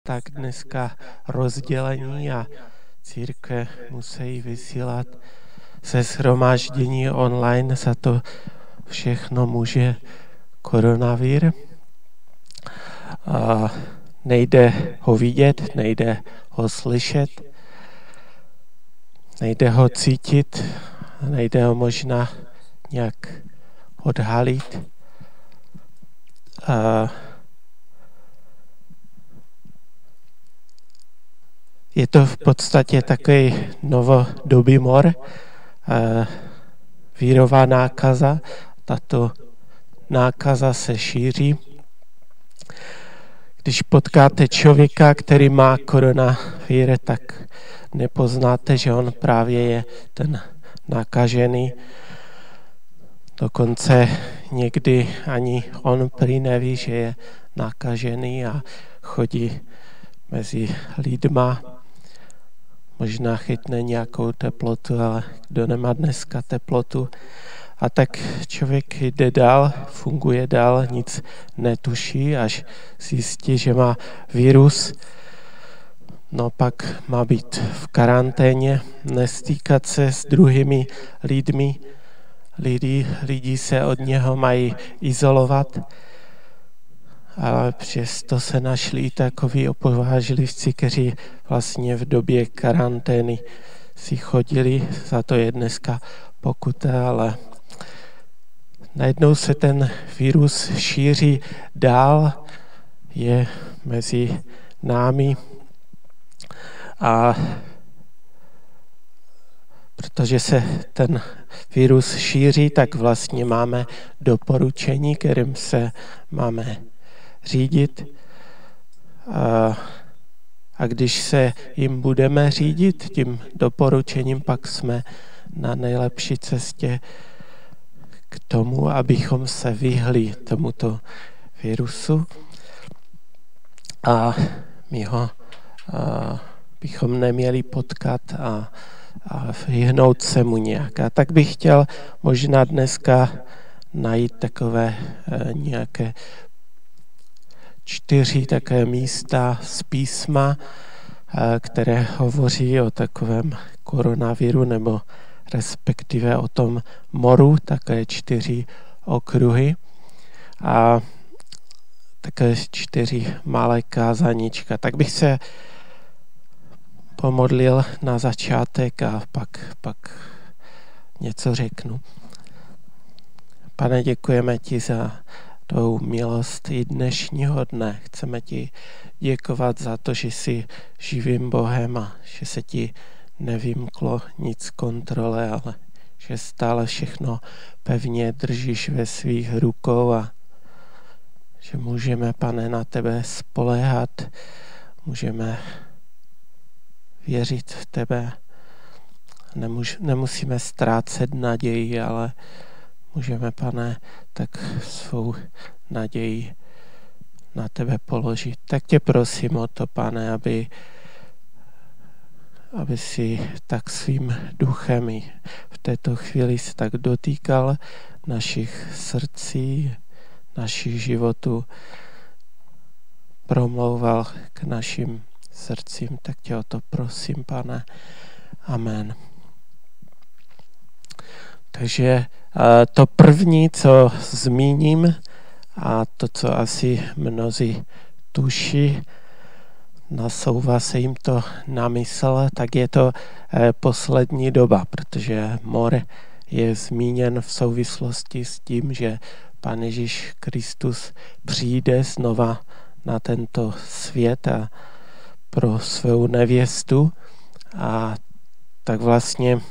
tak dneska rozdělení a církve musí vysílat se shromáždění online, za to všechno může koronavir. A nejde ho vidět, nejde ho slyšet, nejde ho cítit, nejde ho možná nějak odhalit. Je to v podstatě takový novodobý mor, vírová nákaza. Tato nákaza se šíří. Když potkáte člověka, který má koronavir, tak nepoznáte, že on právě je ten nakažený. Dokonce někdy ani on prý neví, že je nakažený a chodí mezi lidma. Možná chytne nějakou teplotu, ale kdo nemá dneska teplotu. A tak člověk jde dál, funguje dál, nic netuší, až zjistí, že má virus. No pak má být v karanténě, nestýkat se s druhými lidmi. Lidi se od něho mají izolovat. Ale přesto se našli i takoví opovážlivci, kteří vlastně v době karantény si chodili, za to je dneska pokuta, ale najednou se ten virus šíří dál, je mezi námi a protože se ten virus šíří, tak vlastně máme doporučení, kterým se máme řídit. A když se jim budeme řídit, tím doporučením, pak jsme na nejlepší cestě k tomu, abychom se vyhli tomuto virusu a my ho bychom neměli potkat a vyhnout se mu nějak. A tak bych chtěl možná dneska najít takové nějaké 4 také místa z písma, které hovoří o takovém koronaviru nebo respektive o tom moru, také 4 okruhy a také 4 malé kázaníčka. Tak bych se pomodlil na začátek a pak něco řeknu. Pane, děkujeme ti za tou milost i dnešního dne. Chceme ti děkovat za to, že jsi živým Bohem a že se ti nevymklo nic kontrole, ale že stále všechno pevně držíš ve svých rukou a že můžeme, Pane, na tebe spoléhat, můžeme věřit v tebe. Nemusíme ztrácet naději, ale můžeme, Pane, tak svou naději na tebe položit. Tak tě prosím o to, Pane, aby si tak svým duchem i v této chvíli se tak dotýkal našich srdcí, našich životů, promlouval k našim srdcím. Tak tě o to prosím, Pane. Amen. Takže to první, co zmíním, a to, co asi mnozí tuší, nasouvá se jim to na mysl, tak je to poslední doba, protože mor je zmíněn v souvislosti s tím, že Pán Ježíš Kristus přijde znova na tento svět a pro svou nevěstu. A tak vlastně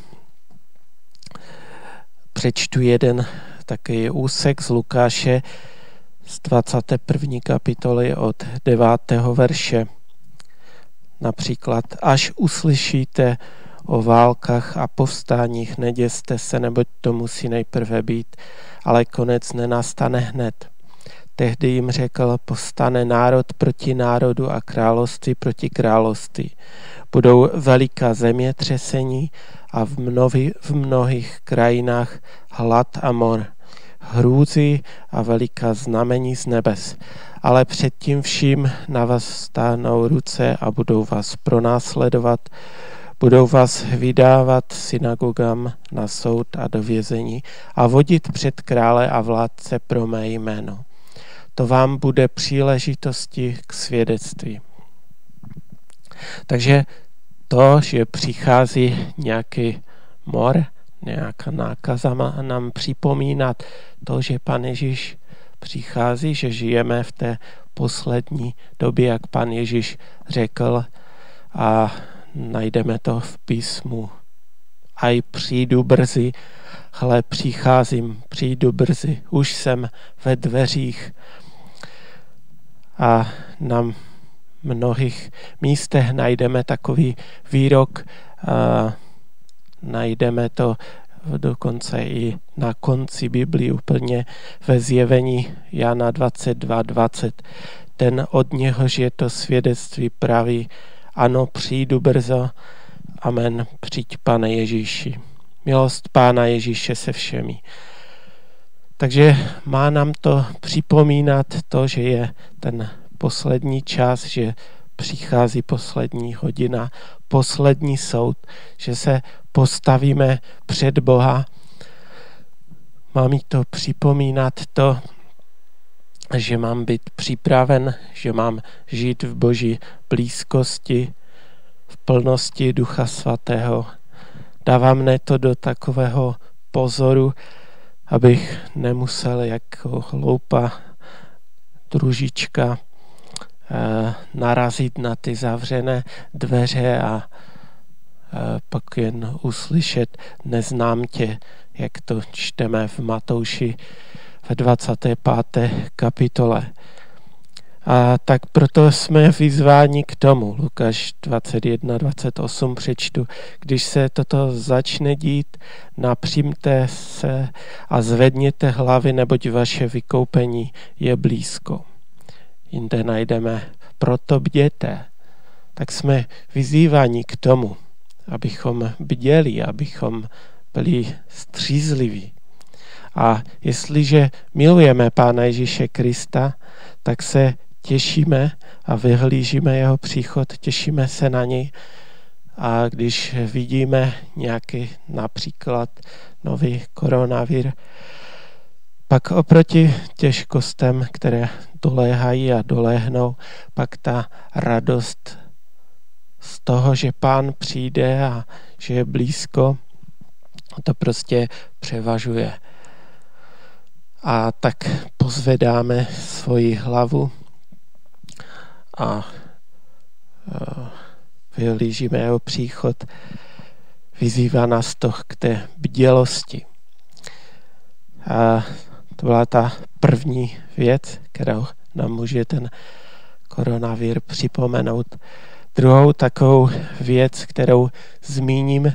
přečtu jeden takový úsek z Lukáše z 21. kapitoly od 9. verše. Například, až uslyšíte o válkách a povstáních, neděste se, neboť to musí nejprve být, ale konec nenastane hned. Tehdy jim řekl, povstane národ proti národu a království proti království. Budou veliká zemětřesení a v mnohých krajinách hlad a mor. hrůzy a veliká znamení z nebes. Ale před tím vším na vás stáhnou ruce a budou vás pronásledovat, budou vás vydávat synagogám na soud a do vězení a vodit před krále a vládce pro mé jméno. To vám bude příležitosti k svědectví. Takže to, že přichází nějaký mor, nějaká nákaza, má nám připomínat to, že Pán Ježíš přichází, že žijeme v té poslední době, jak Pán Ježíš řekl, a najdeme to v písmu. Aj přijdu brzy, hle, přicházím, přijdu brzy, už jsem ve dveřích. A na mnohých místech najdeme takový výrok, najdeme to dokonce i na konci Biblii úplně ve Zjevení Jana 22:20. Ten od něhož je to svědectví praví, ano, přijdu brzo, amen, přijď Pane Ježíši. Milost Pána Ježíše se všemi. Takže má nám to připomínat to, že je ten poslední čas, že přichází poslední hodina, poslední soud, že se postavíme před Boha. Má mi to připomínat to, že mám být připraven, že mám žít v Boží blízkosti, v plnosti Ducha Svatého. Dává mne to do takového pozoru, abych nemusel jako hloupá družička narazit na ty zavřené dveře a pak jen uslyšet neznám tě, jak to čteme v Matouši ve 25. kapitole. A tak proto jsme vyzváni k tomu. Lukáš 21:28 přečtu. Když se toto začne dít, napřimte se a zvedněte hlavy, neboť vaše vykoupení je blízko. Jinde najdeme, proto bděte. Tak jsme vyzýváni k tomu, abychom bděli, abychom byli střízliví. A jestliže milujeme Pána Ježíše Krista, tak se těšíme a vyhlížíme jeho příchod, těšíme se na něj. A když vidíme nějaký například nový koronavir, pak oproti těžkostem, které doléhají a doléhnou, pak ta radost z toho, že Pán přijde a že je blízko, to prostě převažuje. A tak pozvedáme svoji hlavu a vyhlížíme jeho příchod. Vyzývá nás to k té bdělosti. A to byla ta první věc, kterou nám může ten koronavir připomenout. Druhou takovou věc, kterou zmíním,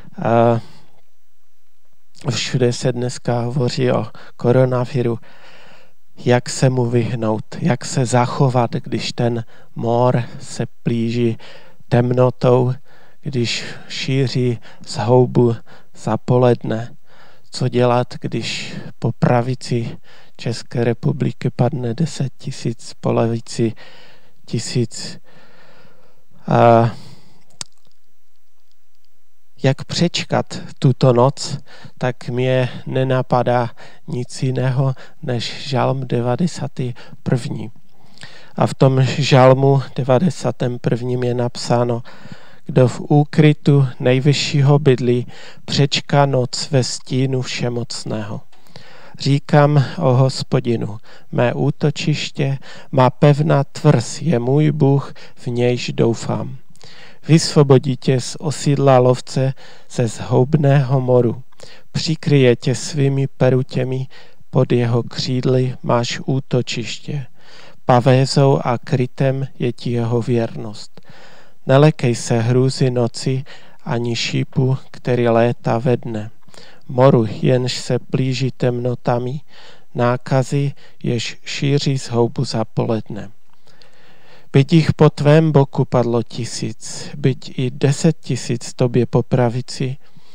všude se dneska hovoří o koronaviru, jak se mu vyhnout, jak se zachovat, když ten mor se plíží temnotou, když šíří zhoubu za poledne. Co dělat, když po pravici České republiky padne 10 000, po levici 1000. Jak přečkat tuto noc, tak mě nenapadá nic jiného než žalm 91. A v tom žalmu 91. je napsáno: kdo v úkrytu nejvyššího bydlí, přečká noc ve stínu všemocného. Říkám o Hospodinu, mé útočiště, má pevná tvrz je můj Bůh, v nějž doufám. Vysvobodí tě z osídla lovce, ze zhoubného moru. Přikryje tě svými perutěmi, pod jeho křídly máš útočiště. Pavézou a krytem je ti jeho věrnost. Nelekej se hrůzy noci, ani šípu, který létá ve dne. Moru, jenž se plíží temnotami, nákazy, jež šíří zhoubu za poledne. Byť jich po tvém boku padlo 1000, byť i 10 000 tobě po pravici,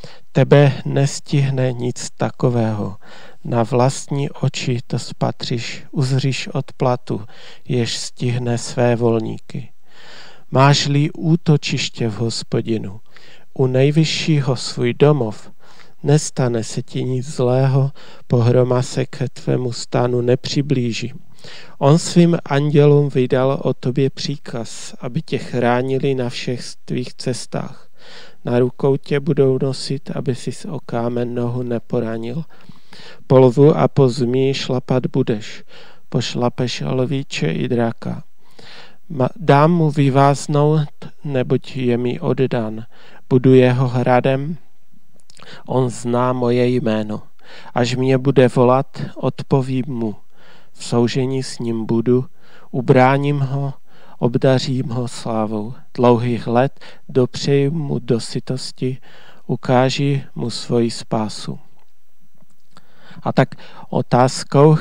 Tebe nestihne nic takového. Na vlastní oči to spatříš, uzříš odplatu, jež stihne své volníky. Máš-li útočiště v Hospodinu, u nejvyššího svůj domov, nestane se ti nic zlého, pohroma se ke tvému stánu nepřiblíží. On svým andělům vydal o tobě příkaz, aby tě chránili na všech tvých cestách. Na rukou tě budou nosit, aby si o kámen nohu neporanil. Po lvu a po zmiji šlapat budeš, pošlapeš lvíče i draka. Dám mu vyváznout, neboť je mi oddan. Budu jeho hradem, on zná moje jméno. Až mě bude volat, odpovím mu. V soužení s ním budu, ubráním ho, obdařím ho slávou. Dlouhých let dopřeji mu do sytosti, ukáži mu svoji spásu. A tak otázkou,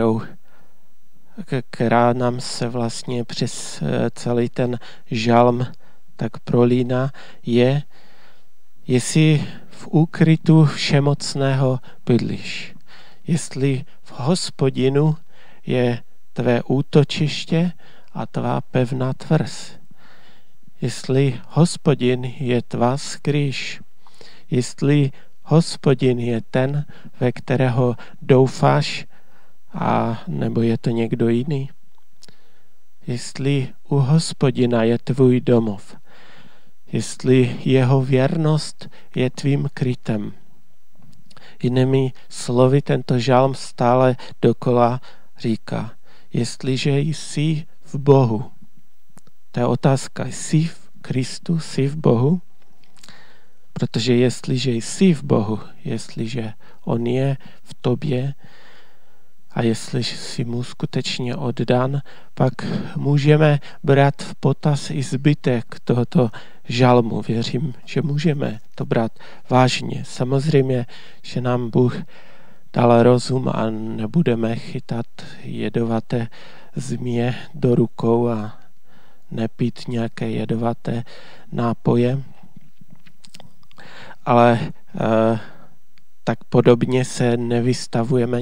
která nám se vlastně přes celý ten žalm tak prolíná, je, jestli v úkrytu všemocného bydlíš. Jestli v Hospodinu je tvé útočiště a tvá pevná tvrz. Jestli Hospodin je tvá skrýš. Jestli Hospodin je ten, ve kterého doufáš, a nebo je to někdo jiný. Jestli u Hospodina je tvůj domov. Jestli jeho věrnost je tvým krytem. Jinými slovy, tento žalm stále dokola říká, jestliže jsi v Bohu. To je otázka, jsi v Kristu, jsi v Bohu? Protože jestliže jsi v Bohu, jestliže on je v tobě a jestli jsi mu skutečně oddan, pak můžeme brát v potaz i zbytek tohoto žalmu. Věřím, že můžeme to brát vážně. Samozřejmě, že nám Bůh dal rozum a nebudeme chytat jedovaté zmije do rukou a nepít nějaké jedovaté nápoje. Ale tak podobně se nevystavujeme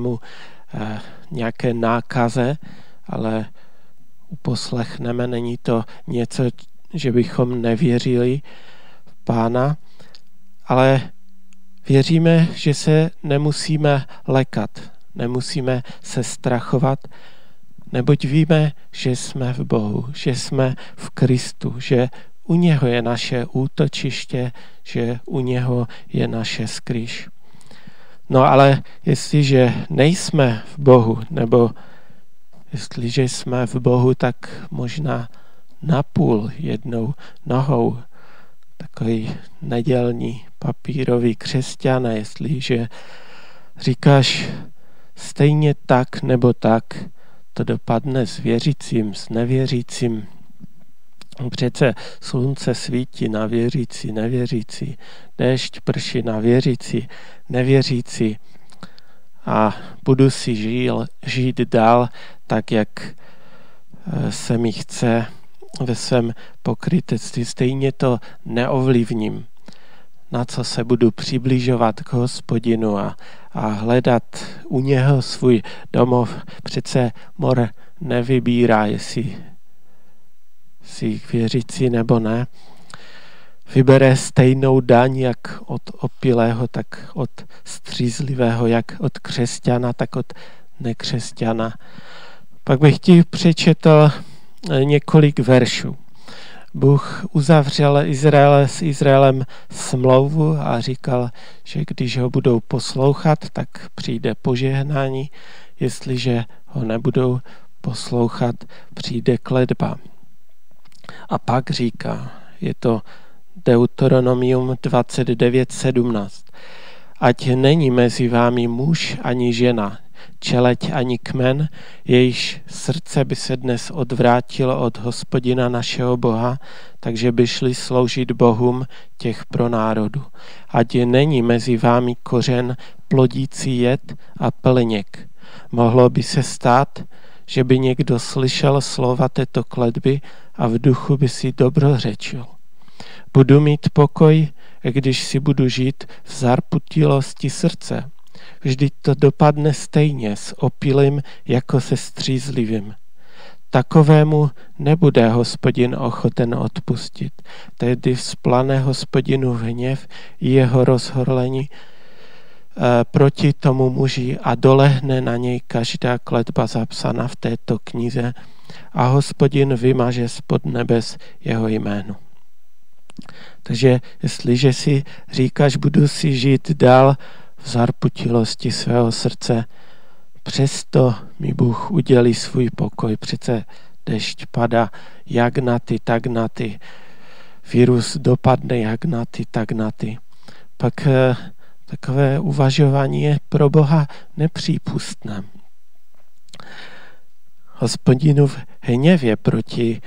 nějaké nákaze, ale uposlechneme, není to něco, že bychom nevěřili v Pána, ale věříme, že se nemusíme lekat, nemusíme se strachovat, neboť víme, že jsme v Bohu, že jsme v Kristu, že u něho je naše útočiště, že u něho je naše skrýš. No ale jestliže nejsme v Bohu, nebo jestliže jsme v Bohu, tak možná napůl jednou nohou, takový nedělní papírový křesťan, jestliže říkáš stejně tak nebo tak, to dopadne s věřícím, s nevěřícím. Přece slunce svítí na věřící, nevěřící, déšť prší na věřící, nevěřící a budu si žít dál tak, jak se mi chce ve svém pokrytectví. Stejně to neovlivním, na co se budu přibližovat k Hospodinu a hledat u něho svůj domov. Přece mor nevybírá, jestli si věřící nebo ne. Vybere stejnou daň jak od opilého, tak od střízlivého, jak od křesťana, tak od nekřesťana. Pak bych ti přečetl několik veršů. Bůh uzavřel s Izraelem smlouvu a říkal, že když ho budou poslouchat, tak přijde požehnání. Jestliže ho nebudou poslouchat, přijde kletba. A pak říká, je to Deuteronomium 29:17. Ať není mezi vámi muž ani žena, čeleť ani kmen, jejíž srdce by se dnes odvrátilo od Hospodina našeho Boha, takže by šli sloužit bohům těch pro národu. Ať není mezi vámi kořen plodící jed a plněk. Mohlo by se stát, že by někdo slyšel slova této kletby a v duchu by si dobrořečil. Budu mít pokoj, když si budu žít v zarputilosti srdce. Vždyť to dopadne stejně s opilým jako se střízlivým. Takovému nebude Hospodin ochoten odpustit. Tedy vzplane Hospodinův hněv i jeho rozhorlení proti tomu muži a dolehne na něj každá kletba zapsaná v této knize a Hospodin vymaže spod nebes jeho jméno. Takže jestliže si říkáš, budu si žít dál v zarputilosti svého srdce, přesto mi Bůh udělí svůj pokoj. Přece dešť padá jak na ty, tak na ty. Virus dopadne jak na ty, tak na ty. Pak takové uvažování je pro Boha nepřípustné. Hospodinův hněv je proti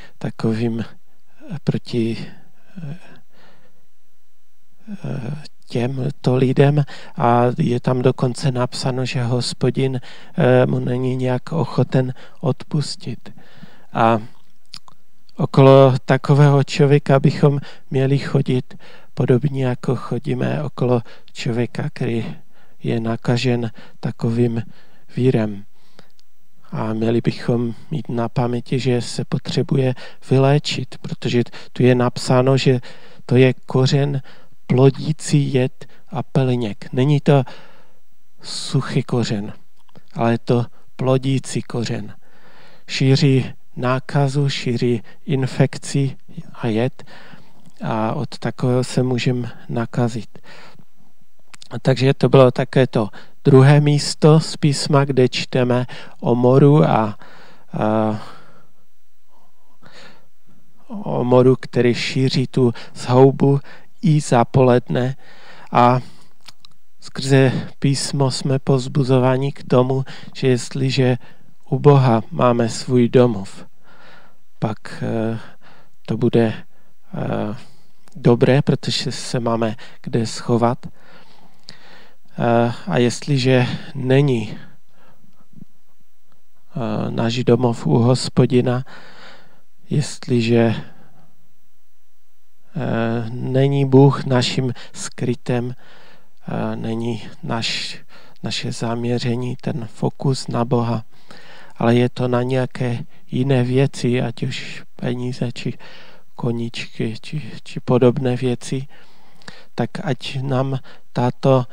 těmto lidem a je tam dokonce napsáno, že Hospodin mu není nějak ochoten odpustit. A okolo takového člověka bychom měli chodit podobně, jako chodíme okolo člověka, který je nakažen takovým vírem. A měli bychom mít na paměti, že se potřebuje vyléčit, protože tu je napsáno, že to je kořen plodící jed a pelněk. Není to suchý kořen, ale je to plodící kořen. Šíří nákazu, šíří infekci a jed a od takového se můžeme nakazit. Takže to bylo také to druhé místo z písma, kde čteme o moru a o moru, který šíří tu zhoubu i zapoledne a skrze písmo jsme povzbuzováni k tomu, že jestliže u Boha máme svůj domov, pak to bude dobré, protože se máme kde schovat. A jestliže není náš domov u Hospodina, jestliže není Bůh naším skrytem, není naše zaměření, ten fokus na Boha, ale je to na nějaké jiné věci, ať už peníze, či koníčky, či podobné věci, tak ať nám tato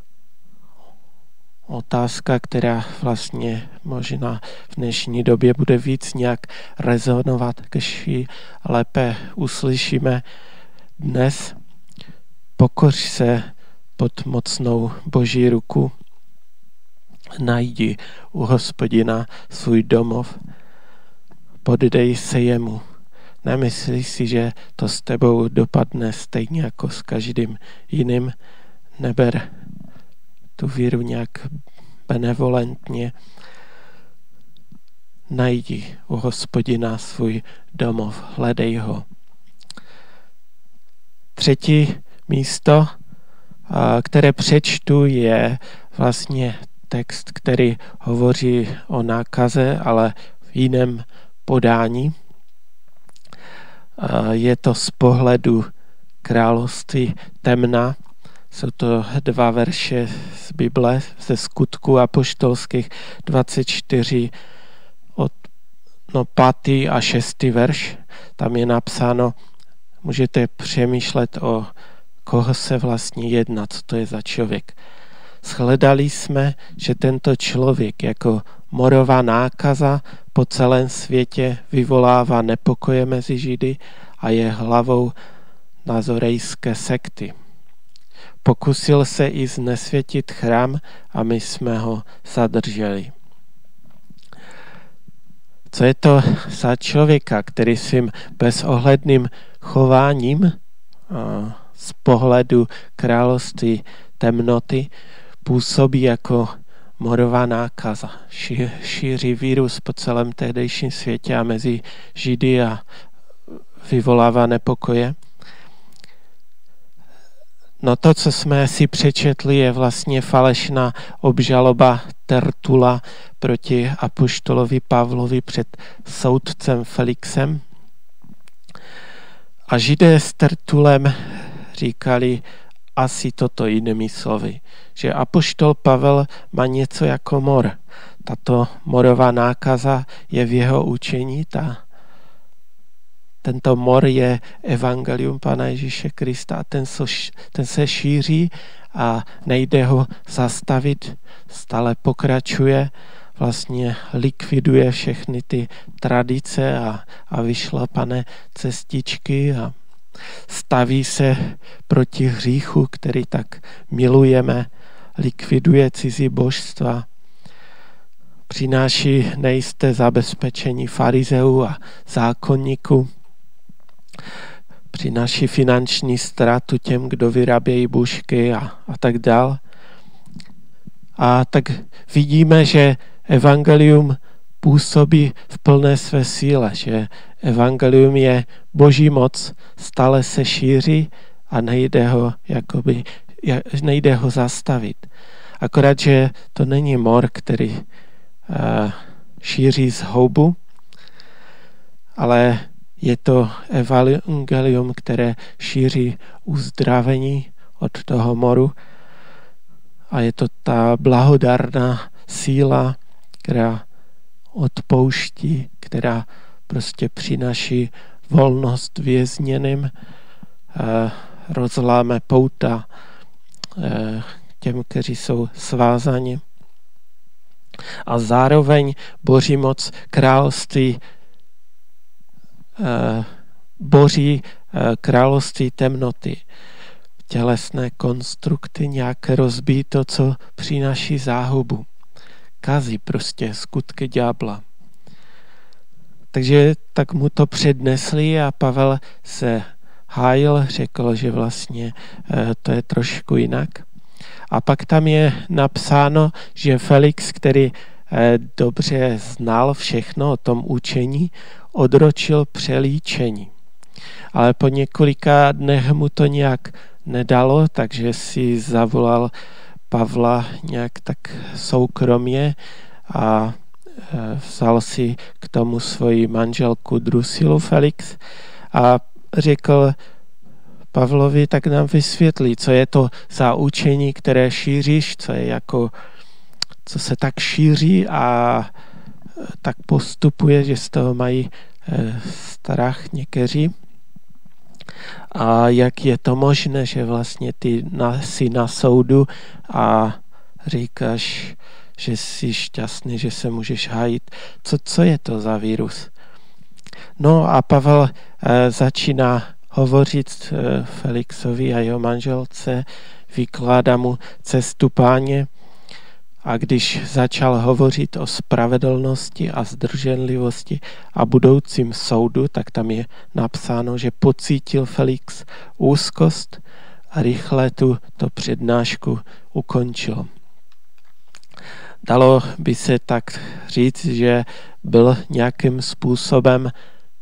otázka, která vlastně možná v dnešní době bude víc nějak rezonovat, když ji lépe uslyšíme dnes. Pokoř se pod mocnou Boží ruku, najdi u Hospodina svůj domov, poddej se jemu. Nemyslí si, že to s tebou dopadne stejně jako s každým jiným. Neber tu víru nějak benevolentně. Najdi u Hospodina svůj domov, hledej ho. Třetí místo, které přečtu, je vlastně text, který hovoří o nákaze, ale v jiném podání. Je to z pohledu království temna. Jsou to 2 verše z Bible, ze Skutků apoštolských 24, 5. a 6. verš. Tam je napsáno, můžete přemýšlet, o koho se vlastně jedná, co to je za člověk. Shledali jsme, že tento člověk jako morová nákaza po celém světě vyvolává nepokoje mezi Židy a je hlavou nazorejské sekty. Pokusil se i znesvětit chrám a my jsme ho zadrželi. Co je to za člověka, který svým bezohledným chováním z pohledu království temnoty působí jako morová nákaza. Šíří vírus po celém tehdejším světě a mezi Židy a vyvolává nepokoje. No to, co jsme si přečetli, je vlastně falešná obžaloba Tertula proti apoštolovi Pavlovi před soudcem Felixem. A Židé s Tertulem říkali asi toto jinými slovy, že apoštol Pavel má něco jako mor. Tato morová nákaza je v jeho učení, tento mor je evangelium Pána Ježíše Krista a ten se šíří a nejde ho zastavit, stále pokračuje, vlastně likviduje všechny ty tradice a vyšlapané cestičky a staví se proti hříchu, který tak milujeme, likviduje cizí božstva, přináší nejisté zabezpečení farizeů a zákonníků, přináší finanční ztrátu těm, kdo vyrábějí bušky a tak dál. A tak vidíme, že evangelium působí v plné své síle, že evangelium je boží moc, stále se šíří a nejde ho zastavit. Akorát, že to není mor, který šíří zhoubu, ale je to evangelium, které šíří uzdravení od toho moru a je to ta blahodárná síla, která odpouští, která prostě přináší volnost vězněným, rozláme pouta těm, kteří jsou svázáni. A zároveň boží moc království boří království temnoty. Tělesné konstrukty nějak rozbíjí to, co přináší záhubu. Kazí prostě skutky ďábla. Takže tak mu to přednesli a Pavel se hájil, řekl, že vlastně to je trošku jinak. A pak tam je napsáno, že Felix, který dobře znal všechno o tom učení, odročil přelíčení. Ale po několika dnech mu to nějak nedalo, takže si zavolal Pavla nějak tak soukromě a vzal si k tomu svoji manželku Drusilu Felix a řekl Pavlovi, tak nám vysvětlí, co je to za učení, které šíříš, co se tak šíří a tak postupuje, že z toho mají strach někteří. A jak je to možné, že vlastně ty jsi na soudu a říkáš, že jsi šťastný, že se můžeš hájit. Co je to za vírus? No a Pavel začíná hovořit Felixovi a jeho manželce, vykládá mu cestu Páně a když začal hovořit o spravedlnosti a zdrženlivosti a budoucím soudu, tak tam je napsáno, že pocítil Felix úzkost a rychle to přednášku ukončil. Dalo by se tak říct, že byl nějakým způsobem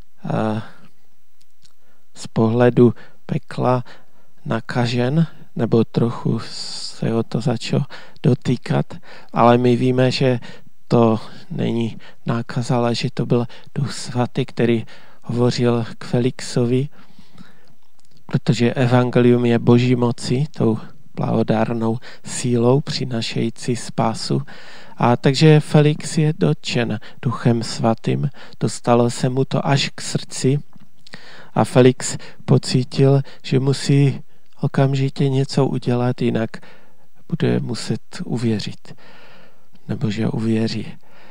z pohledu pekla nakažen, nebo trochu se ho to začalo dotýkat, ale my víme, že to není nákaza, ale že to byl Duch Svatý, který hovořil k Felixovi, protože evangelium je boží moci, tou blahodárnou sílou přinašející spásu. A takže Felix je dotčen Duchem Svatým, dostalo se mu to až k srdci a Felix pocítil, že musí okamžitě něco udělat, jinak bude muset uvěřit. Nebo že uvěří.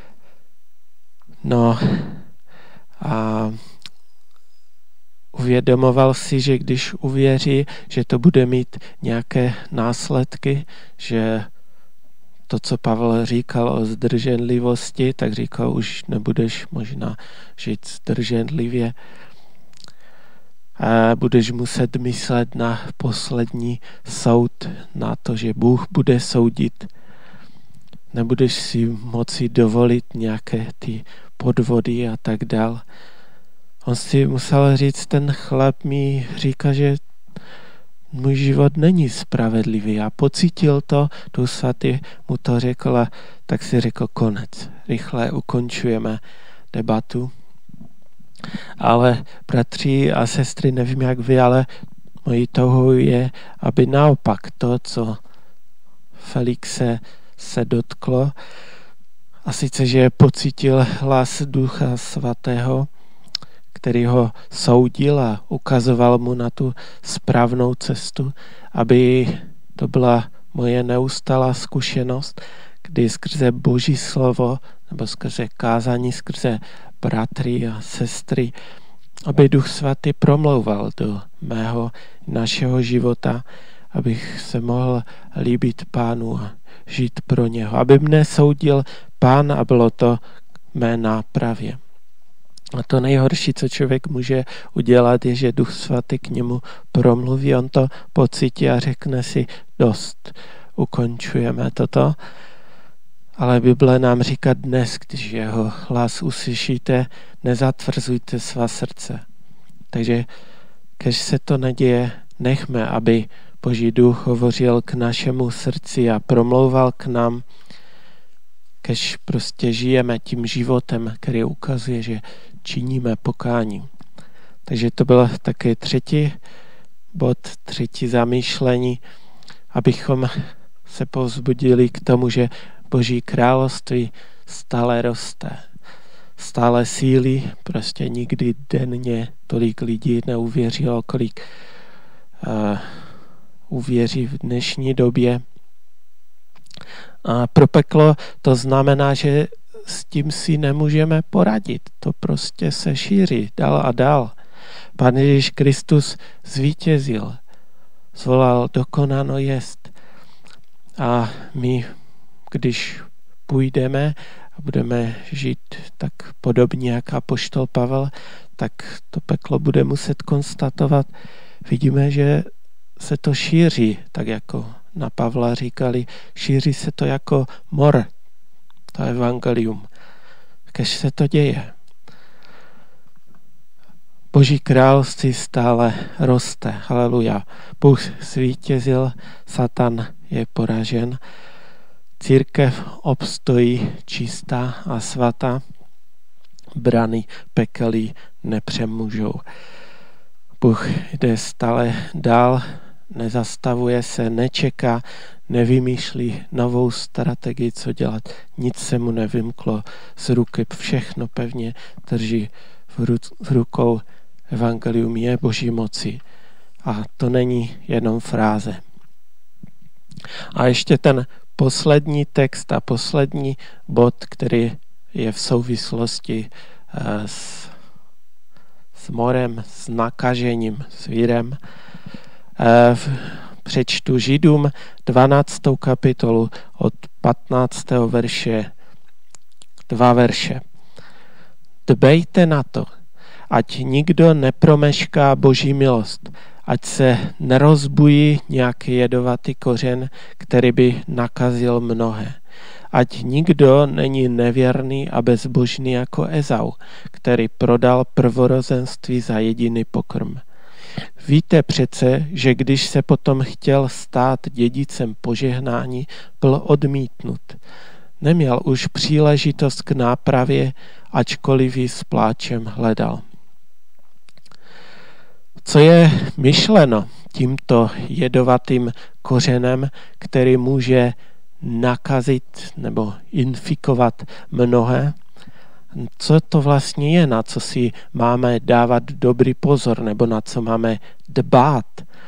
No a uvědomoval si, že když uvěří, že to bude mít nějaké následky, že to, co Pavel říkal o zdrženlivosti, tak říkal, už nebudeš možná žít zdrženlivě. A budeš muset myslet na poslední soud, na to, že Bůh bude soudit. Nebudeš si moci dovolit nějaké ty podvody a tak dál. On si musel říct, ten chlap mi říká, že můj život není spravedlivý. A pocítil to, Duch Svatý mu to řekl a tak si řekl konec. Rychle ukončujeme debatu. Ale bratři a sestry, nevím jak vy, ale Mojí touhou je, aby naopak to, co Felixe se dotklo, a sice, že pocítil hlas Ducha Svatého, který ho soudil a ukazoval mu na tu správnou cestu, aby to byla moje neustálá zkušenost, kdy skrze Boží slovo nebo skrze kázání, skrze bratry a sestry, aby Duch Svatý promlouval do mého našeho života, abych se mohl líbit Pánu a žít pro něho. Aby mne soudil Pán a bylo to mé nápravě. A to nejhorší, co člověk může udělat, je, že Duch Svatý k němu promluví, on to pocítí a řekne si dost, ukončujeme toto. Ale Bible nám říká dnes, když jeho hlas uslyšíte, nezatvrzujte svá srdce. Takže když se to neděje, nechme, aby Boží duch hovořil k našemu srdci a promlouval k nám, když prostě žijeme tím životem, který ukazuje, že činíme pokání. Takže to byl taky třetí bod, třetí zamýšlení, abychom se povzbudili k tomu, že Boží království stále roste. Stále sílí, prostě nikdy denně tolik lidí neuvěřilo, kolik uvěří v dnešní době. A pro peklo to znamená, že s tím si nemůžeme poradit. To prostě se šíří dál a dál. Pán Ježíš Kristus zvítězil. Zvolal, dokonáno jest. A my, když půjdeme a budeme žít tak podobně jak apoštol Pavel, tak to peklo bude muset konstatovat. Vidíme, že se to šíří, tak jako na Pavla říkali, šíří se to jako mor, to evangelium. Kež se to děje. Boží království stále roste. Haleluja. Bůh zvítězil, Satan je poražen. Církev obstojí čistá a svatá. Brany pekelí nepřemůžou. Bůh jde stále dál, nezastavuje se, nečeká, nevymýšlí novou strategii, co dělat. Nic se mu nevymklo z ruky, všechno pevně drží v rukou. Evangelium je Boží moci. A to není jenom fráze. A ještě ten poslední text a poslední bod, který je v souvislosti s morem, s nakažením, s vírem. Přečtu Židům 12. kapitolu od 15. verše 2 verše. Dbejte na to, ať nikdo nepromešká Boží milost, ať se nerozbují nějaký jedovatý kořen, který by nakazil mnohé. Ať nikdo není nevěrný a bezbožný jako Ezau, který prodal prvorozenství za jediný pokrm. Víte přece, že když se potom chtěl stát dědicem požehnání, byl odmítnut. Neměl už příležitost k nápravě, ačkoliv ji s pláčem hledal. Co je myšleno tímto jedovatým kořenem, který může nakazit nebo infikovat mnohé? Co to vlastně je, na co si máme dávat dobrý pozor nebo na co máme dbát?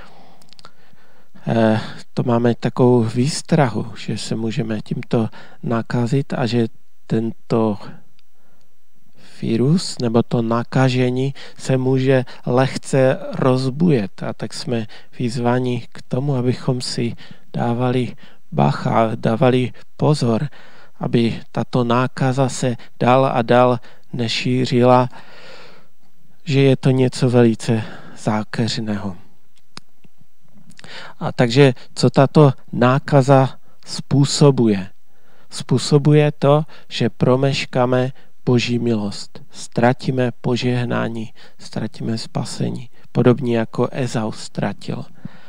To máme takovou výstrahu, že se můžeme tímto nakazit a že tento virus nebo to nakažení se může lehce rozbujet. A tak jsme vyzváni k tomu, abychom si dávali bacha, dávali pozor, aby tato nákaza se dál a dál nešířila, že je to něco velice zákeřného. A takže co tato nákaza způsobuje? Způsobuje to, že promeškáme Boží milost. Ztratíme požehnání, ztratíme spasení. Podobně jako Ezau ztratil.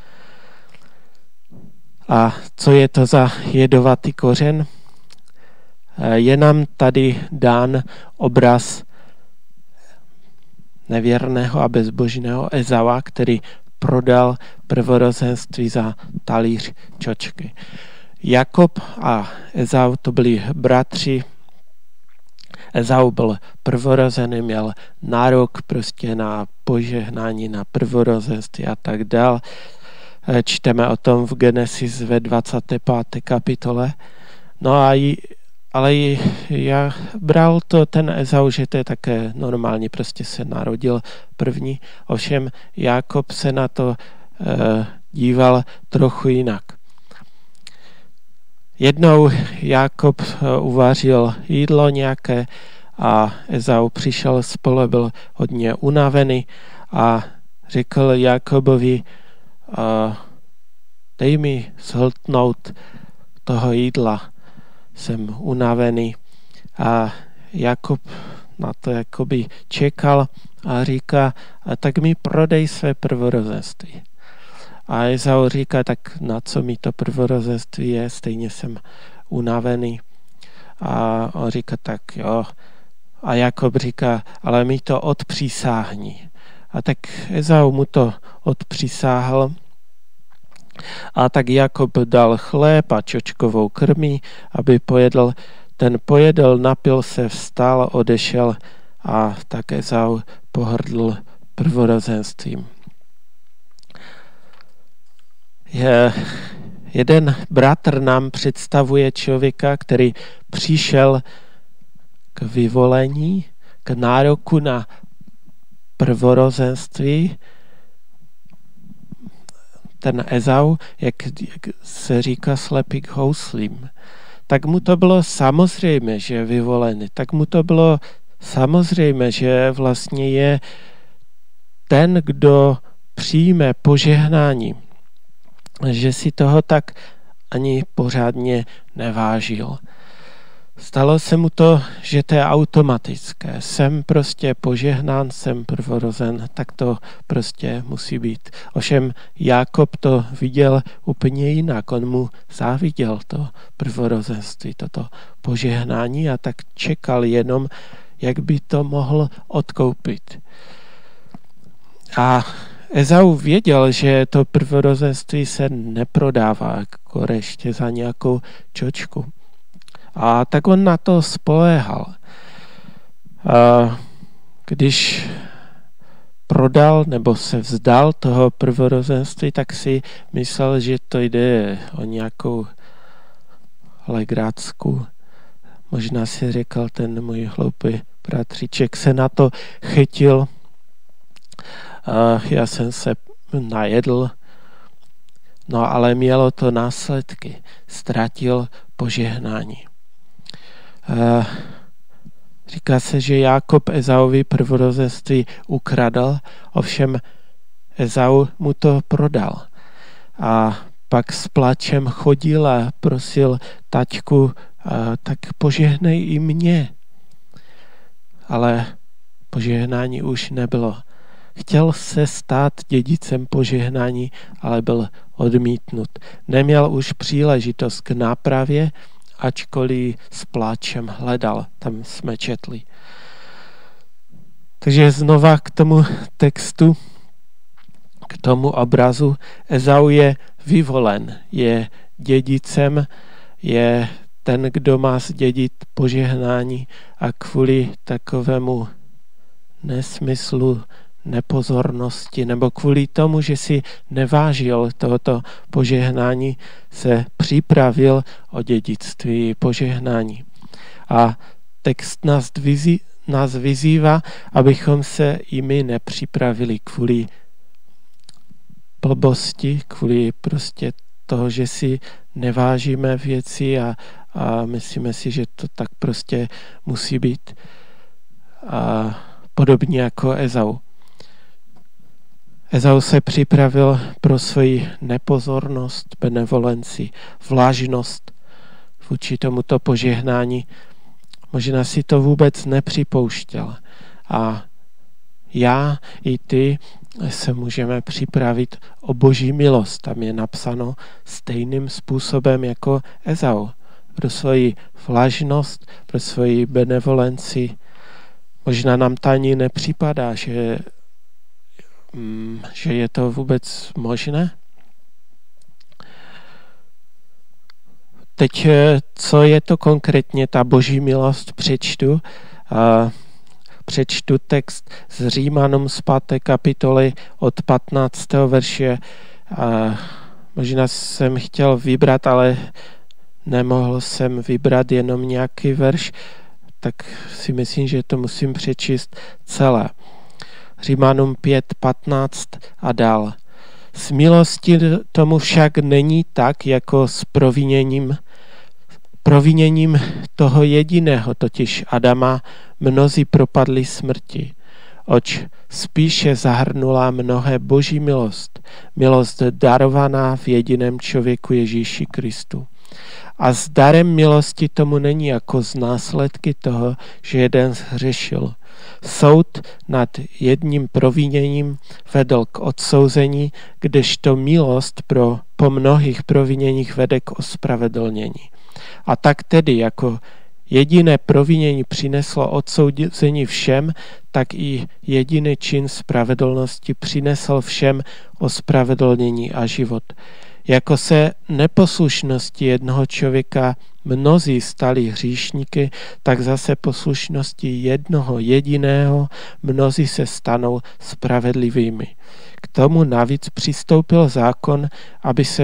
A co je to za jedovatý kořen? Je nám tady dán obraz nevěrného a bezbožného Ezaua, který prodal prvorozenství za talíř čočky. Jakob a Ezau to byli bratři. Ezau byl prvorozený, měl nárok prostě na požehnání, na prvorozenství a tak dál. Čteme o tom v Genesis ve 25. kapitole. No a ale já bral to ten Ezau, že to je také normální, prostě se narodil první. Ovšem Jakob se na to díval trochu jinak. Jednou Jakob uvařil jídlo nějaké a Ezau přišel spolu, byl hodně unavený a řekl Jakobovi, dej mi zhltnout toho jídla, jsem unavený. A Jakob na to jakoby čekal a říká, tak mi prodej své prvorozenství. A Ezau říká, tak na co mi to prvorozenství je, stejně jsem unavený. A on říká, tak jo. A Jakob říká, ale mi to odpřísáhni. A tak Ezau mu to odpřísáhl. A tak Jakob dal chléb a čočkovou krmí, aby pojedl. Ten pojedl, napil se, vstal, odešel a tak Ezau pohrdl prvorozenstvím. Jeden bratr nám představuje člověka, který přišel k vyvolení, k nároku na prvorozenství. Ten Ezau, jak se říká, slepý k houslím. Tak mu to bylo samozřejmé, že je vyvolený. Tak mu to bylo samozřejmé, že vlastně je ten, kdo přijme požehnání. Že si toho tak ani pořádně nevážil. Stalo se mu to, že to je automatické. Jsem prostě požehnán, jsem prvorozen, tak to prostě musí být. Ovšem Jakob to viděl úplně jinak. On mu záviděl to prvorozenství, toto požehnání a tak čekal jenom, jak by to mohl odkoupit. A Ezau věděl, že to prvorozenství se neprodává jako ještě za nějakou čočku. A tak on na to spoléhal. Když prodal nebo se vzdal toho prvorozenství, tak si myslel, že to jde o nějakou legrácku. Možná si řekl, ten můj hloupý bratříček se na to chytil. Já jsem se najedl, no ale mělo to následky. Ztratil požehnání. Říká se, že Jakob Ezauvi prvorozenství ukradl, ovšem Ezau mu to prodal. A pak s plačem chodil a prosil taťku, tak požehnej i mě. Ale požehnání už nebylo. Chtěl se stát dědicem požehnání, ale byl odmítnut. Neměl už příležitost k nápravě, ačkoliv s pláčem hledal. Tam jsme četli. Takže znova k tomu textu, k tomu obrazu. Ezau je vyvolen, je dědicem, je ten, kdo má zdědit požehnání a kvůli takovému nesmyslu, nepozornosti nebo kvůli tomu, že si nevážil tohoto požehnání, se připravil o dědictví požehnání. A text nás vyzývá, abychom se i my nepřipravili kvůli blbosti, kvůli prostě toho, že si nevážíme věci a myslíme si, že to tak prostě musí být. A podobně jako Ezau. Ezau se připravil pro svoji nepozornost, benevolenci, vlažnost vůči tomuto požehnání. Možná si to vůbec nepřipouštěl. A já i ty se můžeme připravit o Boží milost. Tam je napsáno stejným způsobem jako Ezau. Pro svoji vlažnost, pro svoji benevolenci. Možná nám to ani nepřipadá, že že je to vůbec možné. Teď, co je to konkrétně ta boží milost, přečtu. Přečtu text z Římanům z 5. kapitoly od 15. verše. Možná jsem chtěl vybrat, ale nemohl jsem vybrat jenom nějaký verš, tak si myslím, že to musím přečíst celé. Římanům 5:15 a dál. S milostí tomu však není tak, jako s proviněním toho jediného, totiž Adama, mnozí propadli smrti. Oč spíše zahrnula mnohé boží milost darovaná v jediném člověku Ježíši Kristu. A s darem milosti tomu není jako z následky toho, že jeden zhřešil. Soud nad jedním proviněním vedl k odsouzení, kdežto milost po mnohých proviněních vede k ospravedlnění. A tak tedy, jako jediné provinění přineslo odsouzení všem, tak i jediný čin spravedlnosti přinesl všem ospravedlnění a život. Jako se neposlušnosti jednoho člověka mnozí stali hříšníky, tak zase poslušnosti jednoho jediného mnozí se stanou spravedlivými. K tomu navíc přistoupil zákon, aby se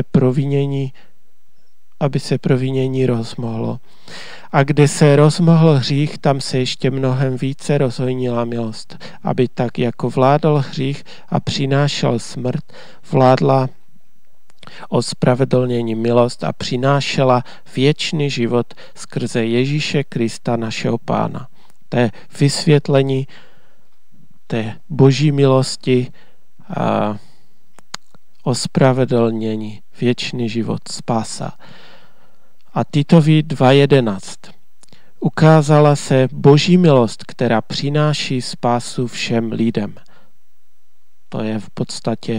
provinění rozmohlo. A kde se rozmohl hřích, tam se ještě mnohem více rozhojnila milost, aby tak, jako vládl hřích a přinášel smrt, vládla ospravedlnění milost a přinášela věčný život skrze Ježíše Krista, našeho Pána. To je vysvětlení té boží milosti a ospravedlnění, věčný život, spása. A Titovi 2:11. Ukázala se boží milost, která přináší spásu všem lidem. To je v podstatě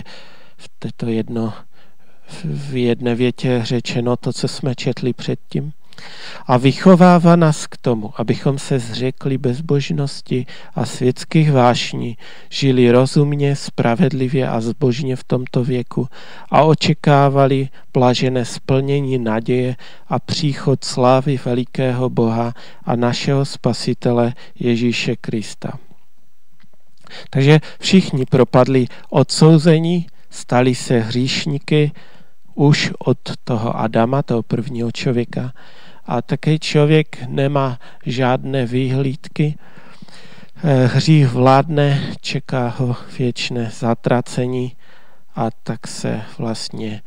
v jedné větě řečeno to, co jsme četli předtím. A vychovává nás k tomu, abychom se zřekli bezbožnosti a světských vášní, žili rozumně, spravedlivě a zbožně v tomto věku a očekávali blažené splnění naděje a příchod slávy velikého Boha a našeho Spasitele Ježíše Krista. Takže všichni propadli odsouzení, stali se hříšníky už od toho Adama, toho prvního člověka. A takový člověk nemá žádné výhlídky. Hřích vládne, čeká ho věčné zatracení a tak se vlastně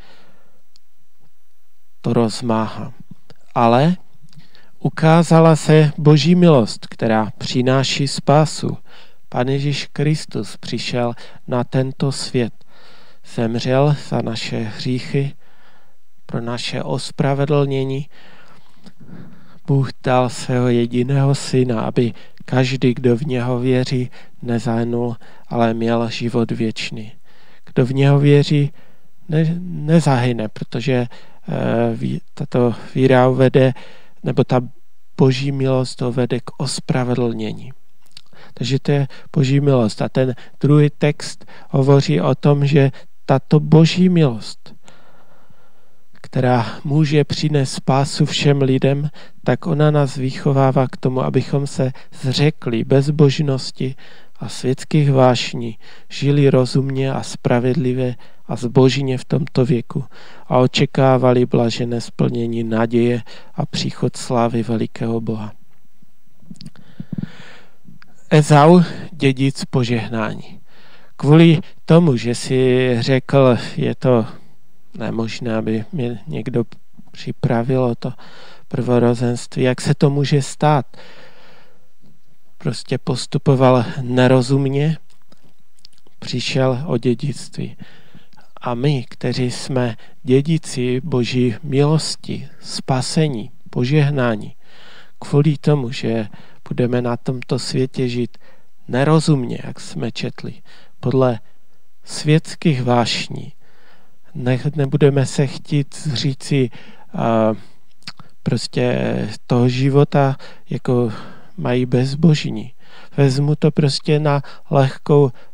to rozmáhá. Ale ukázala se boží milost, která přináší spásu. Pán Ježíš Kristus přišel na tento svět. Zemřel za naše hříchy, pro naše ospravedlnění. Bůh dal svého jediného syna, aby každý, kdo v něho věří, nezahynul, ale měl život věčný. Kdo v něho věří, nezahyne, protože tato víra vede, nebo ta boží milost ho vede k ospravedlnění. Takže to je boží milost. A ten druhý text hovoří o tom, že tato boží milost, která může přinést spásu všem lidem, tak ona nás vychovává k tomu, abychom se zřekli bezbožnosti a světských vášní, žili rozumně a spravedlivě a zbožně v tomto věku a očekávali blažené splnění naděje a příchod slávy velikého Boha. Ezau, dědic požehnání. Kvůli tomu, že si řekl, je to nemožné, aby mě někdo připravilo to prvorozenství, jak se to může stát. Prostě postupoval nerozumně, přišel o dědictví. A my, kteří jsme dědici boží milosti, spasení, požehnání, kvůli tomu, že budeme na tomto světě žít nerozumně, jak jsme četli, podle světských vášní, nebudeme se chtít zříci prostě toho života, jako mají bezbožní. Vezmu to prostě na lehkou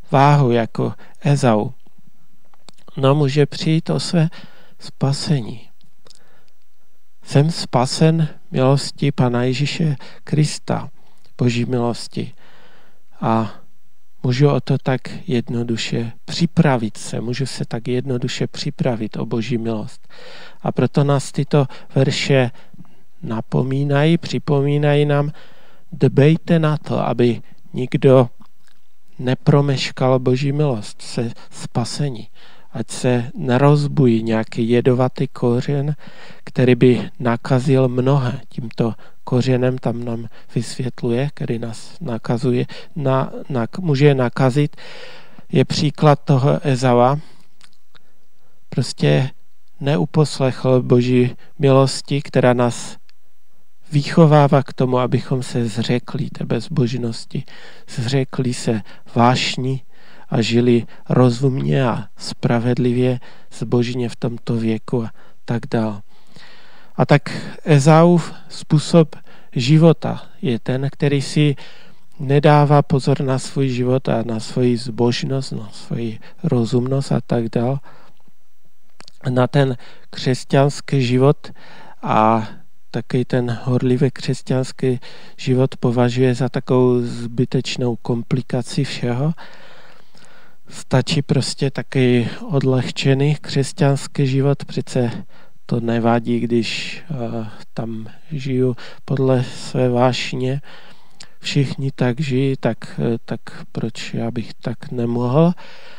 váhu jako Ezau, no může přijít o své spasení. Jsem spasen milostí Pana Ježíše Krista, Boží milosti. A můžu o to tak jednoduše připravit se, můžu se tak jednoduše připravit o Boží milost. A proto nás tyto verše napomínají, připomínají nám, dbejte na to, aby nikdo nepromeškal Boží milost, se spasení. Ať se nerozbují nějaký jedovatý kořen, který by nakazil mnohé. Tímto kořenem tam nám vysvětluje, který nás nakazuje, může nakazit, je příklad toho Ezaua. Prostě neuposlechl Boží milosti, která nás vychovává k tomu, abychom se zřekli té bezbožnosti, zřekli se vášní a žili rozumně a spravedlivě, zbožně v tomto věku a tak dál. A tak Ezaův způsob života je ten, který si nedává pozor na svůj život a na svoji zbožnost, na svoji rozumnost a tak dál. Na ten křesťanský život a taky ten horlivý křesťanský život považuje za takovou zbytečnou komplikaci všeho. Stačí prostě taky odlehčený křesťanský život, přece to nevadí, když tam žiju podle své vášně. Všichni tak žijí, tak proč já bych tak nemohl?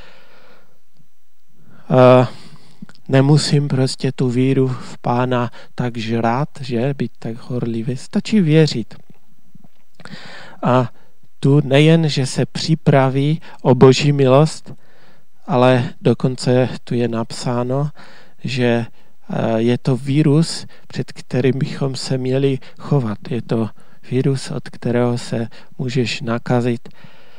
Nemusím prostě tu víru v Pána tak žrát, že být tak horlivý. Stačí věřit. A tu nejen, že se připraví o Boží milost, ale dokonce tu je napsáno, že je to vírus, před kterým bychom se měli chovat. Je to vírus, od kterého se můžeš nakazit.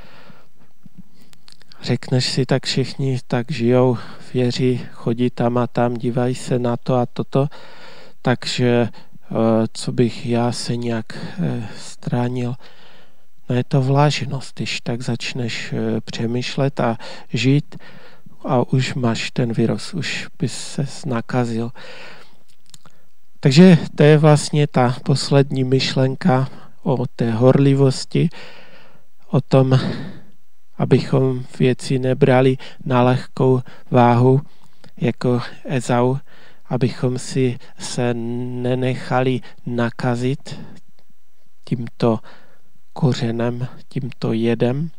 Řekneš si, tak všichni tak žijou, věří, chodí tam a tam, dívají se na to a toto, takže co bych já se nějak stránil. No je to vlážnost, když tak začneš přemýšlet a žít a už máš ten virus, už bys se nakazil. Takže to je vlastně ta poslední myšlenka o té horlivosti, o tom, abychom věci nebrali na lehkou váhu jako Ezau, abychom si se nenechali nakazit tímto kořenem, tímto jedem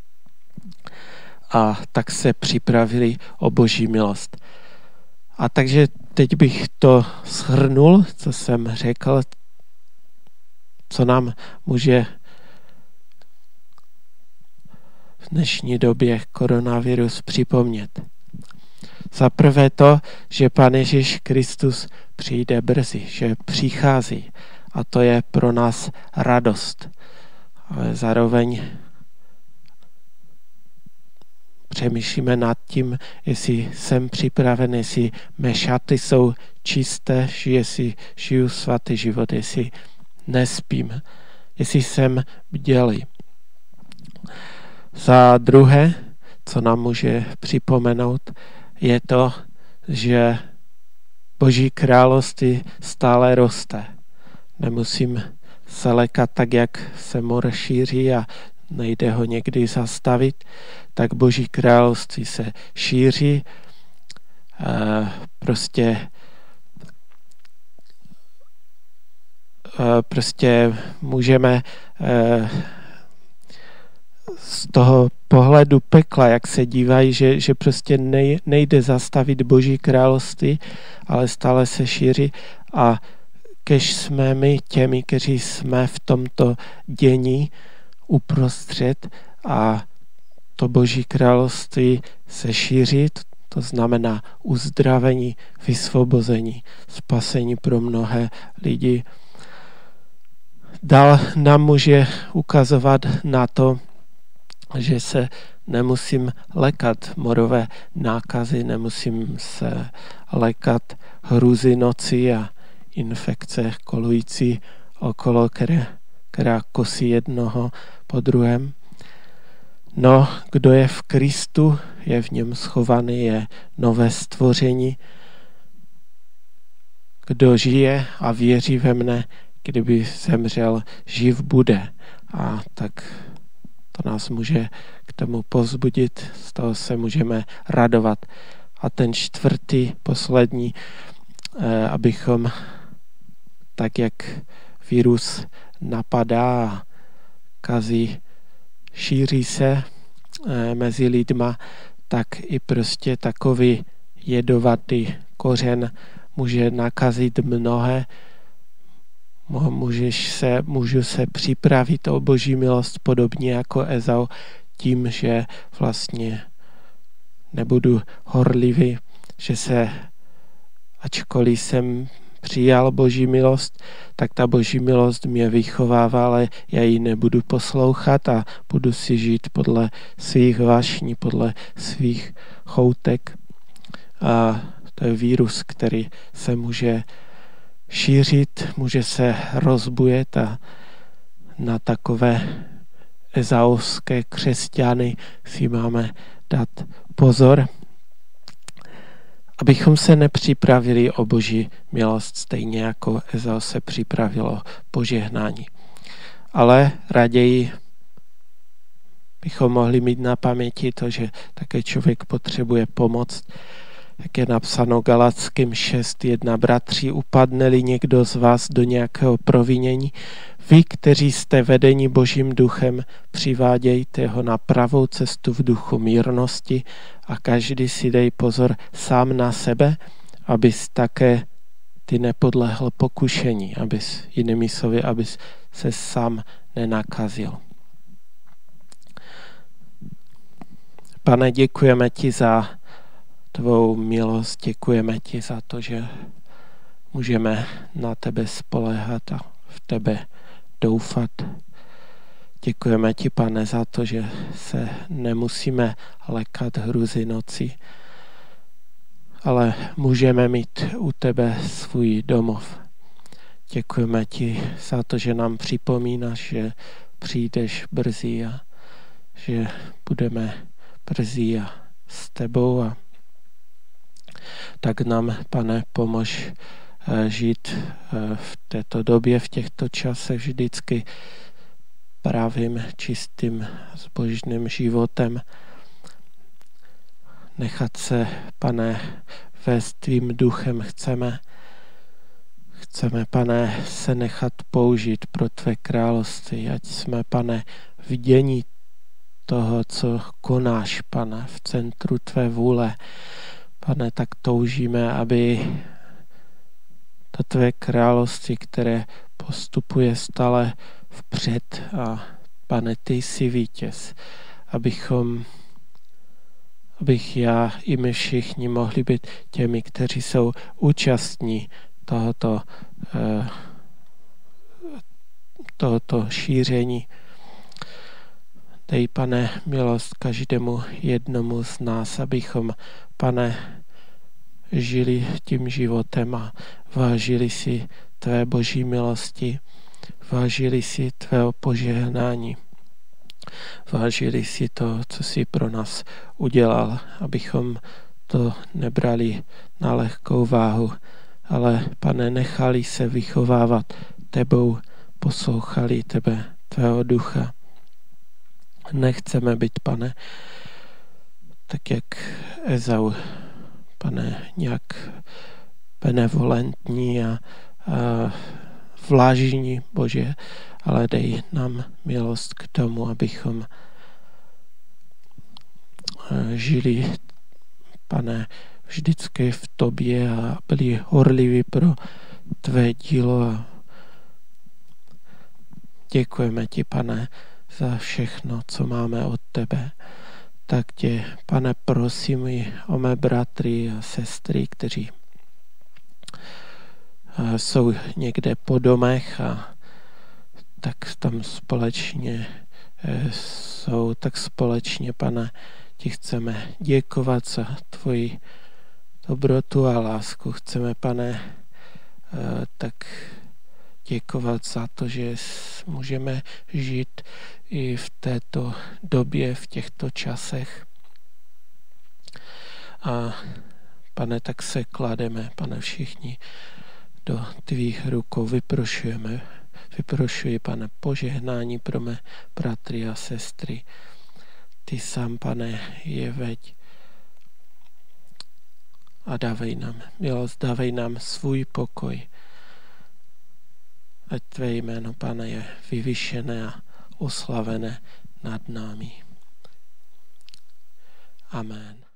a tak se připravili o Boží milost. A takže teď bych to shrnul, co jsem řekl, co nám může v dnešní době koronavirus připomnět. Za prvé to, že Pán Ježíš Kristus přijde brzy, že přichází a to je pro nás radost. Ale zároveň přemýšlíme nad tím, jestli jsem připraven, jestli mé šaty jsou čisté, jestli žiju svatý život, jestli nespím, jestli jsem bdělý. Za druhé, co nám může připomenout, je to, že Boží království stále roste. Nemusím se lékat tak, jak se mor šíří a nejde ho někdy zastavit, tak Boží království se šíří. Prostě můžeme z toho pohledu pekla, jak se dívají, že prostě nejde zastavit Boží království, ale stále se šíří a kež jsme my těmi, kteří jsme v tomto dění uprostřed a to Boží království se šíří, to znamená uzdravení, vysvobození, spasení pro mnohé lidi. Dál nám může ukazovat na to, že se nemusím lékat morové nákazy, nemusím se lékat hrůzy noci a infekce kolující okolo, která kosí jednoho po druhém. No, kdo je v Kristu, je v něm schovaný, je nové stvoření. Kdo žije a věří ve mne, kdyby zemřel, živ bude. A tak to nás může k tomu povzbudit, z toho se můžeme radovat. A ten čtvrtý, poslední, abychom tak, jak virus napadá a kazí, šíří se mezi lidma, tak i prostě takový jedovatý kořen může nakazit mnohé. Můžu se připravit o Boží milost podobně jako Ezau tím, že vlastně nebudu horlivý, že se, ačkoliv jsem přijal Boží milost, tak ta Boží milost mě vychovává, ale já ji nebudu poslouchat a budu si žít podle svých vášní, podle svých choutek. A to je vírus, který se může šířit, může se rozbujet a na takové ezaovské křesťany si máme dát pozor, abychom se nepřipravili o Boží milost, stejně jako Ezau se připravilo požehnání. Ale raději bychom mohli mít na paměti to, že také člověk potřebuje pomoc. Jak je napsáno Galatským 6.1. Bratři, upadne-li někdo z vás do nějakého provinění, vy, kteří jste vedeni Božím duchem, přivádějte ho na pravou cestu v duchu mírnosti a každý si dej pozor sám na sebe, abys také ty nepodlehl pokušení, abys jinými slovy, abys se sám nenakazil. Pane, děkujeme ti za tvou milost, děkujeme ti za to, že můžeme na tebe spoléhat a v tebe doufat. Děkujeme ti, Pane, za to, že se nemusíme lekat hruzy noci, ale můžeme mít u tebe svůj domov. Děkujeme ti za to, že nám připomínáš, že přijdeš brzy a že budeme brzy a s tebou. A tak nám, Pane, pomož žít v této době, v těchto časech vždycky pravým, čistým, zbožným životem. Nechat se, Pane, vést tvým duchem chceme, Pane, se nechat použít pro tvé království, ať jsme, Pane, vidění toho, co konáš, Pane, v centru tvé vůle. Pane, tak toužíme, aby to tvé království, které postupuje stále vpřed a Pane, ty jsi vítěz, abych já i my všichni mohli být těmi, kteří jsou účastní tohoto šíření. Dej, Pane, milost každému jednomu z nás, abychom, Pane, žili tím životem a vážili si tvé Boží milosti, vážili si tvého požehnání, vážili si to, co jsi pro nás udělal, abychom to nebrali na lehkou váhu, ale, Pane, nechali se vychovávat tebou, poslouchali tebe, tvého ducha. Nechceme být, Pane, tak jak Ezau, Pane, nějak benevolentní a vlážní, Bože, ale dej nám milost k tomu, abychom žili, Pane, vždycky v tobě a byli horliví pro tvé dílo. A děkujeme ti, Pane, za všechno, co máme od tebe. Tak tě, Pane, prosím i o mé bratry a sestry, kteří jsou někde po domech a tak tam společně jsou, tak společně, Pane, ti chceme děkovat za tvoji dobrotu a lásku. Chceme, Pane, tak děkovat za to, že můžeme žít i v této době, v těchto časech. A Pane, tak se klademe, Pane, všichni do tvých rukou, vyprošuji, Pane, požehnání pro mé bratry a sestry. Ty sám, Pane, je veď a dávej nám milost, dávej nám svůj pokoj. Ať tvé jméno, Pane, je vyvyšené a oslavené nad námi. Amen.